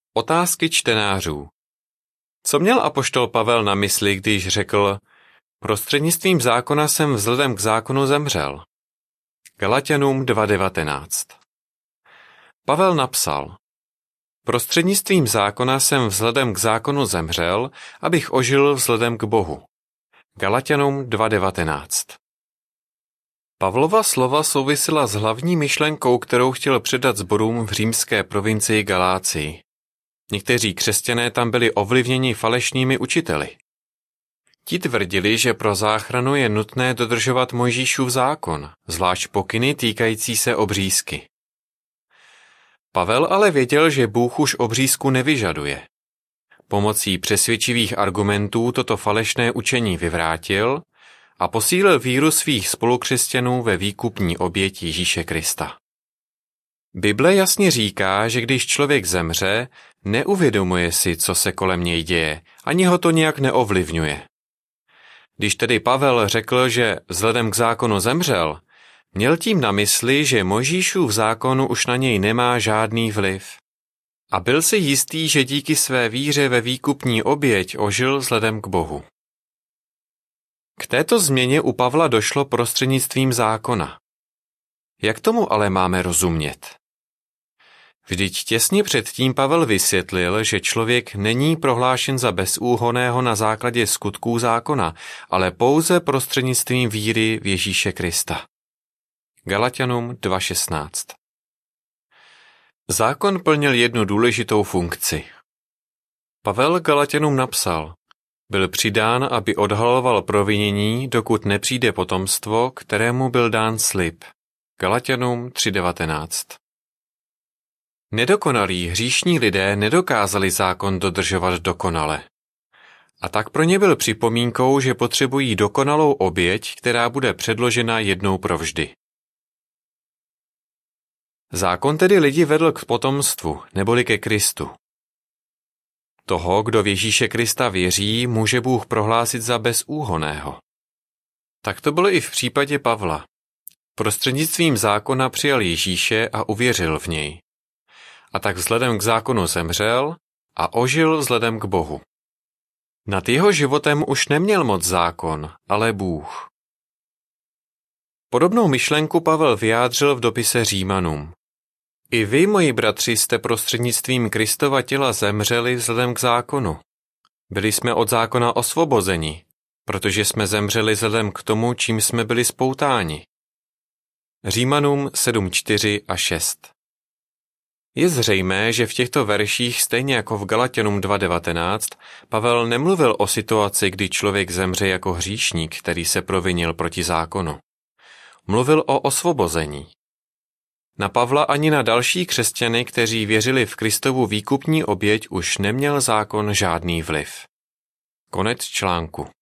Otázky čtenářů. Co měl apoštol Pavel na mysli, když řekl: prostřednictvím zákona jsem vzhledem k zákonu zemřel? Galaťanům 2:19. Pavel napsal: prostřednictvím zákona jsem vzhledem k zákonu zemřel, abych ožil vzhledem k Bohu. Galaťanům 2:19. Pavlova slova souvisela s hlavní myšlenkou, kterou chtěl předat sborům v římské provincii Galácii. Někteří křesťané tam byli ovlivněni falešnými učiteli. Ti tvrdili, že pro záchranu je nutné dodržovat Mojžíšův zákon, zvlášť pokyny týkající se obřízky. Pavel ale věděl, že Bůh už obřízku nevyžaduje. Pomocí přesvědčivých argumentů toto falešné učení vyvrátil a posílil víru svých spolukřesťanů ve výkupní oběť Ježíše Krista. Bible jasně říká, že když člověk zemře, neuvědomuje si, co se kolem něj děje, ani ho to nějak neovlivňuje. Když tedy Pavel řekl, že vzhledem k zákonu zemřel, měl tím na mysli, že Mojžíšův zákon už na něj nemá žádný vliv. A byl si jistý, že díky své víře ve výkupní oběť ožil vzhledem k Bohu. K této změně u Pavla došlo prostřednictvím zákona. Jak tomu ale máme rozumět? Vždyť těsně předtím Pavel vysvětlil, že člověk není prohlášen za bezúhonného na základě skutků zákona, ale pouze prostřednictvím víry v Ježíše Krista. Galaťanům 2:16. Zákon plnil jednu důležitou funkci. Pavel Galaťanům napsal: byl přidán, aby odhaloval provinění, dokud nepřijde potomstvo, kterému byl dán slib. Galaťanům 3:19. Nedokonalí hříšní lidé nedokázali zákon dodržovat dokonale. A tak pro ně byl připomínkou, že potřebují dokonalou oběť, která bude předložena jednou provždy. Zákon tedy lidi vedl k potomstvu, neboli ke Kristu. Toho, kdo v Ježíše Krista věří, může Bůh prohlásit za bezúhonného. Tak to bylo i v případě Pavla. Prostřednictvím zákona přijal Ježíše a uvěřil v něj. A tak vzhledem k zákonu zemřel a ožil vzhledem k Bohu. Nad jeho životem už neměl moc zákon, ale Bůh. Podobnou myšlenku Pavel vyjádřil v dopise Římanům. I vy, moji bratři, jste prostřednictvím Kristova těla zemřeli vzhledem k zákonu. Byli jsme od zákona osvobozeni, protože jsme zemřeli vzhledem k tomu, čím jsme byli spoutáni. Římanům 7:4 a 6. Je zřejmé, že v těchto verších, stejně jako v Galaťanům 2:19, Pavel nemluvil o situaci, kdy člověk zemře jako hříšník, který se provinil proti zákonu. Mluvil o osvobození. Na Pavla ani na další křesťany, kteří věřili v Kristovu výkupní oběť, už neměl zákon žádný vliv. Konec článku.